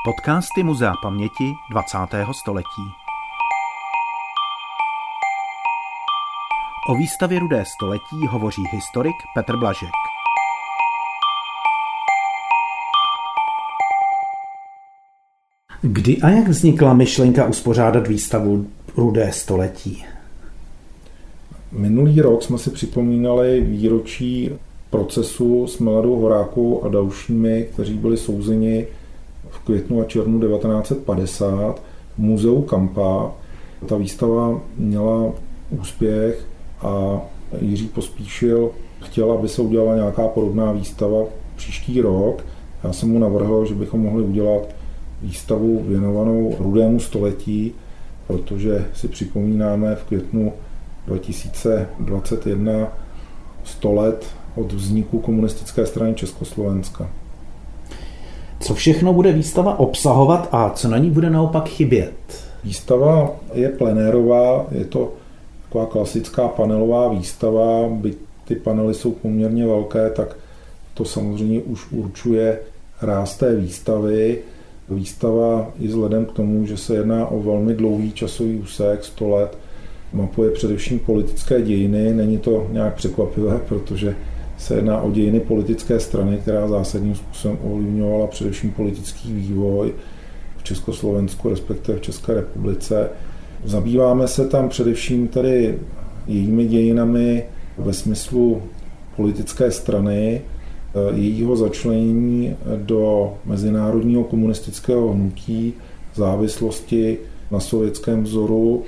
Podcasty Muzea paměti 20. století. O výstavě Rudé století hovoří historik Petr Blažek. Kdy a jak vznikla myšlenka uspořádat výstavu Rudé století? Minulý rok jsme si připomínali výročí procesu s Miladou Horákovou a dalšími, kteří byli souzeni v květnu a červnu 1950 v muzeu Kampa. Ta výstava měla úspěch a Jiří Pospíšil chtěl, aby se udělala nějaká podobná výstava příští rok. Já jsem mu navrhl, že bychom mohli udělat výstavu věnovanou Rudému století, protože si připomínáme v květnu 2021 100 let od vzniku komunistické strany Československa. Co všechno bude výstava obsahovat a co na ní bude naopak chybět? Výstava je plenérová, je to taková klasická panelová výstava, byť ty panely jsou poměrně velké, tak to samozřejmě už určuje ráz té výstavy. Výstava i vzhledem k tomu, že se jedná o velmi dlouhý časový úsek, 100 let, mapuje především politické dějiny. Není to nějak překvapivé, protože se jedná o dějiny politické strany, která zásadním způsobem ovlivňovala především politický vývoj v Československu, respektive v České republice. Zabýváme se tam především tedy jejími dějinami ve smyslu politické strany, jejího začlenění do mezinárodního komunistického hnutí, závislosti na sovětském vzoru,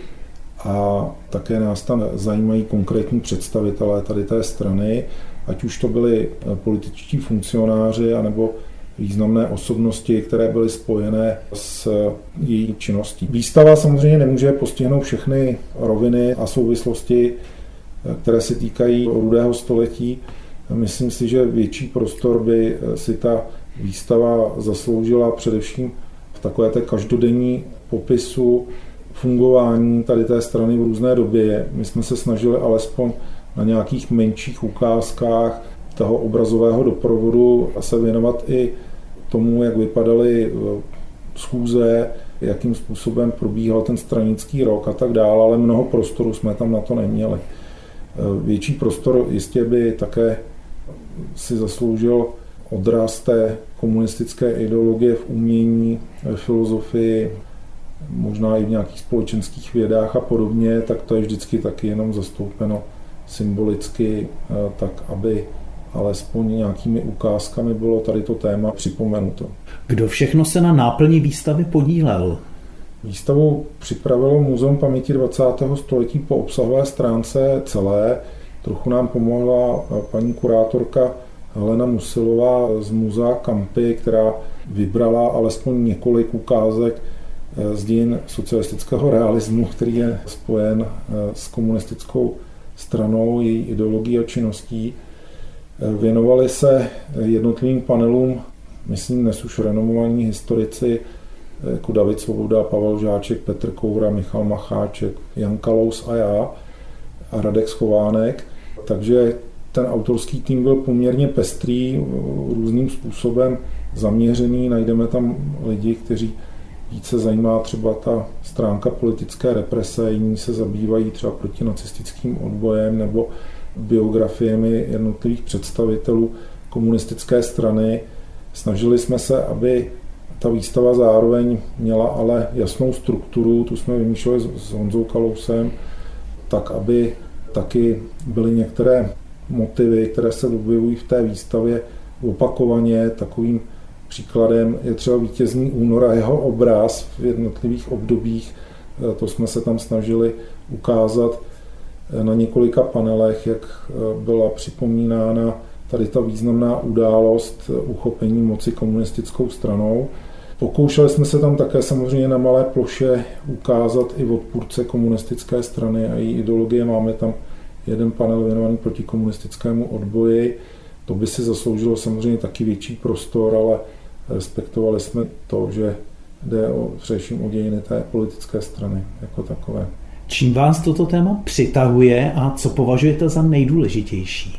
a také nás tam zajímají konkrétní představitelé tady té strany, ať už to byli političtí funkcionáři anebo významné osobnosti, které byly spojené s její činností. Výstava samozřejmě nemůže postihnout všechny roviny a souvislosti, které se týkají Rudého století. Myslím si, že větší prostor by si ta výstava zasloužila především v takové té každodenní popisu fungování tady té strany v různé době. My jsme se snažili alespoň na nějakých menších ukázkách toho obrazového doprovodu se věnovat i tomu, jak vypadaly schůze, jakým způsobem probíhal ten stranický rok a tak dále, ale mnoho prostoru jsme tam na to neměli. Větší prostor jistě by také si zasloužil odraz té komunistické ideologie v umění, ve filozofii, možná i v nějakých společenských vědách a podobně, tak to je vždycky taky jenom zastoupeno symbolicky, tak aby alespoň nějakými ukázkami bylo tady to téma připomenuto. Kdo všechno se na náplni výstavy podílel? Výstavu připravilo Muzeum paměti 20. století po obsahové stránce celé. Trochu nám pomohla paní kurátorka Helena Musilová z Muzea Kampy, která vybrala alespoň několik ukázek z dějin socialistického realismu, který je spojen s komunistickou stranou, její ideologií a činností. Věnovali se jednotlivým panelům, myslím, dnes už renomovaní historici jako David Svoboda, Pavel Žáček, Petr Koura, Michal Macháček, Jan Kalous a já a Radek Schovánek. Takže ten autorský tým byl poměrně pestrý, různým způsobem zaměřený. Najdeme tam lidi, kteří více zajímá třeba ta stránka politické represe, jiní se zabývají třeba protinacistickým odbojem nebo biografiemi jednotlivých představitelů komunistické strany. Snažili jsme se, aby ta výstava zároveň měla ale jasnou strukturu, tu jsme vymýšleli s Honzou Kalousem, tak aby taky byly některé motivy, které se objevují v té výstavě opakovaně. Takovým příkladem je třeba Vítězný únor a jeho obraz v jednotlivých obdobích. To jsme se tam snažili ukázat na několika panelech, jak byla připomínána tady ta významná událost uchopení moci komunistickou stranou. Pokoušeli jsme se tam také samozřejmě na malé ploše ukázat i odpůrce komunistické strany a její ideologie. Máme tam jeden panel věnovaný proti komunistickému odboji. To by si zasloužilo samozřejmě taky větší prostor, ale respektovali jsme to, že jde především o dějiny té politické strany jako takové. Čím vás toto téma přitahuje a co považujete za nejdůležitější?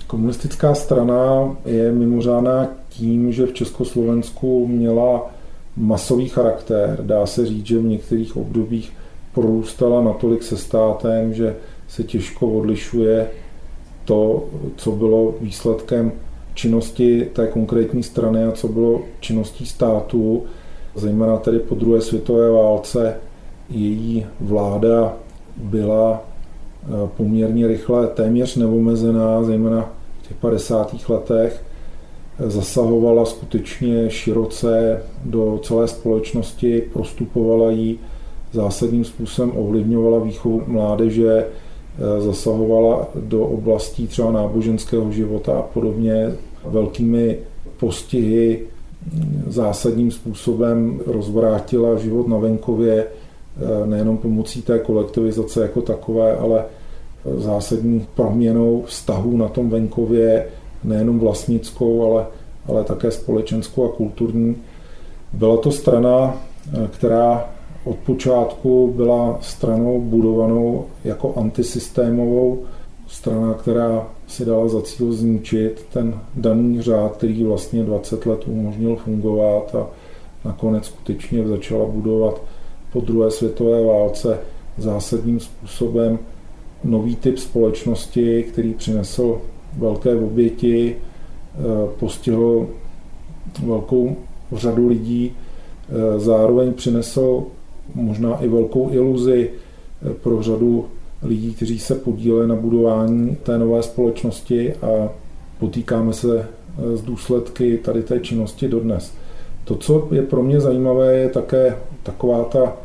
Komunistická strana je mimořádná tím, že v Československu měla masový charakter. Dá se říct, že v některých obdobích prorůstala natolik se státem, že se těžko odlišuje to, co bylo výsledkem činnosti té konkrétní strany a co bylo činností státu. Zejména tedy po druhé světové válce její vláda byla poměrně rychle téměř neomezená, zejména v těch 50. letech. Zasahovala skutečně široce do celé společnosti, prostupovala jí, zásadním způsobem ovlivňovala výchovu mládeže, zasahovala do oblastí třeba náboženského života a podobně. Velkými postihy zásadním způsobem rozvrátila život na venkově, nejenom pomocí té kolektivizace jako takové, ale zásadní proměnou vztahů na tom venkově, nejenom vlastnickou, ale také společenskou a kulturní. Byla to strana, která od počátku byla stranou budovanou jako antisystémovou, strana, která si dala za cíl zničit ten daný řád, který vlastně 20 let umožnil fungovat a nakonec skutečně začala budovat po druhé světové válce zásadním způsobem nový typ společnosti, který přinesl velké oběti, postihl velkou řadu lidí, zároveň přinesl možná i velkou iluzi pro řadu lidí, kteří se podíleli na budování té nové společnosti a potýkáme se s důsledky tady té činnosti dodnes. To, co je pro mě zajímavé, je také taková ta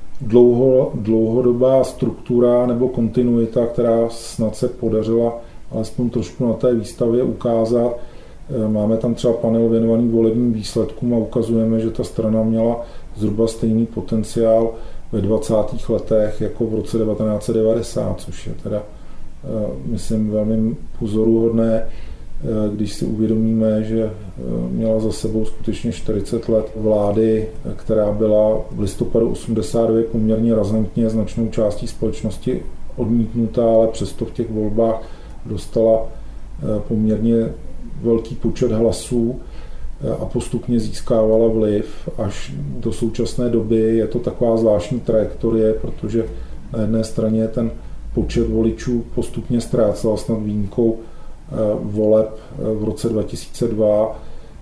dlouhodobá struktura nebo kontinuita, která snad se podařila alespoň trošku na té výstavě ukázat. Máme tam třeba panel věnovaný volebním výsledkům a ukazujeme, že ta strana měla zhruba stejný potenciál ve 20. letech jako v roce 1990, což je teda, myslím, velmi pozoruhodné, když si uvědomíme, že měla za sebou skutečně 40 let vlády, která byla v listopadu 89 poměrně razantně značnou částí společnosti odmítnutá, ale přesto v těch volbách dostala poměrně velký počet hlasů a postupně získávala vliv až do současné doby. Je to taková zvláštní trajektorie, protože na jedné straně ten počet voličů postupně ztrácel, snad výjimkou voleb v roce 2002.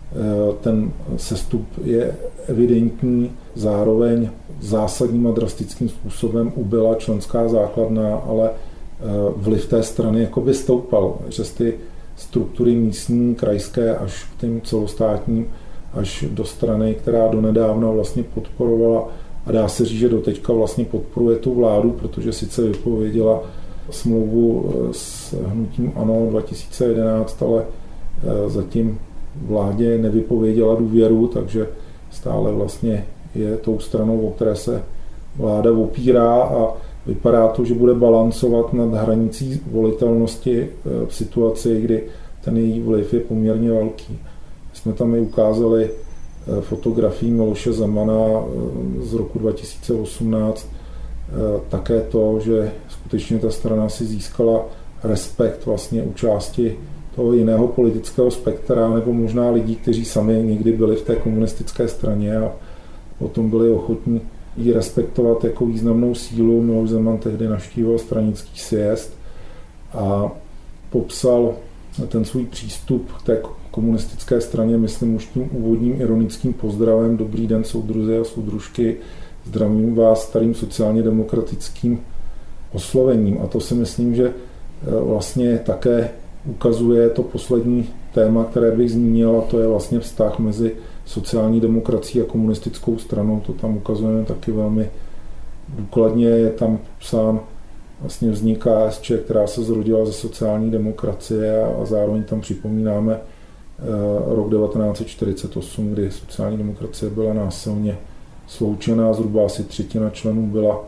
Ten sestup je evidentní, zároveň zásadním a drastickým způsobem ubyla členská základna, ale vliv té strany jakoby stoupal přes ty struktury místní, krajské až k těm celostátním, až do strany, která donedávna vlastně podporovala a dá se říct, že doteďka vlastně podporuje tu vládu, protože sice vypověděla smlouvu s hnutím ANO 2011, ale zatím vládě nevypověděla důvěru, takže stále vlastně je tou stranou, o které se vláda opírá a vypadá to, že bude balancovat nad hranicí volitelnosti v situaci, kdy ten její vliv je poměrně velký. Jsme tam i ukázali fotografii Miloše Zemana z roku 2018, také to, že skutečně ta strana si získala respekt vlastně u části toho jiného politického spektra, nebo možná lidí, kteří sami někdy byli v té komunistické straně a potom byli ochotní ji respektovat jako významnou sílu. Miloš Zeman tehdy navštívil stranický sjezd a popsal ten svůj přístup k té komunistické straně, myslím, už tím úvodním ironickým pozdravem: dobrý den, soudruzi a soudružky, zdravím vás starým sociálně demokratickým oslovením. A to si myslím, že vlastně také ukazuje to poslední téma, které bych zmínil, a to je vlastně vztah mezi sociální demokracií a komunistickou stranou. To tam ukazujeme taky velmi důkladně. Je tam psán vlastně vznik KSČ, která se zrodila ze sociální demokracie, a zároveň tam připomínáme rok 1948, kdy sociální demokracie byla násilně sloučená, zhruba asi 1/3 členů byla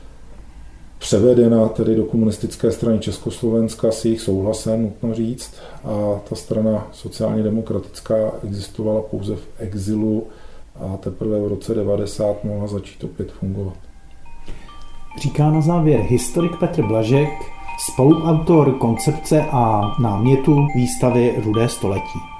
převedena tedy do komunistické strany Československa s jejich souhlasem, nutno říct, a ta strana sociálně demokratická existovala pouze v exilu a teprve v roce 90 mohla začít opět fungovat. Říká na závěr historik Petr Blažek, spoluautor koncepce a námětu výstavy Rudé století.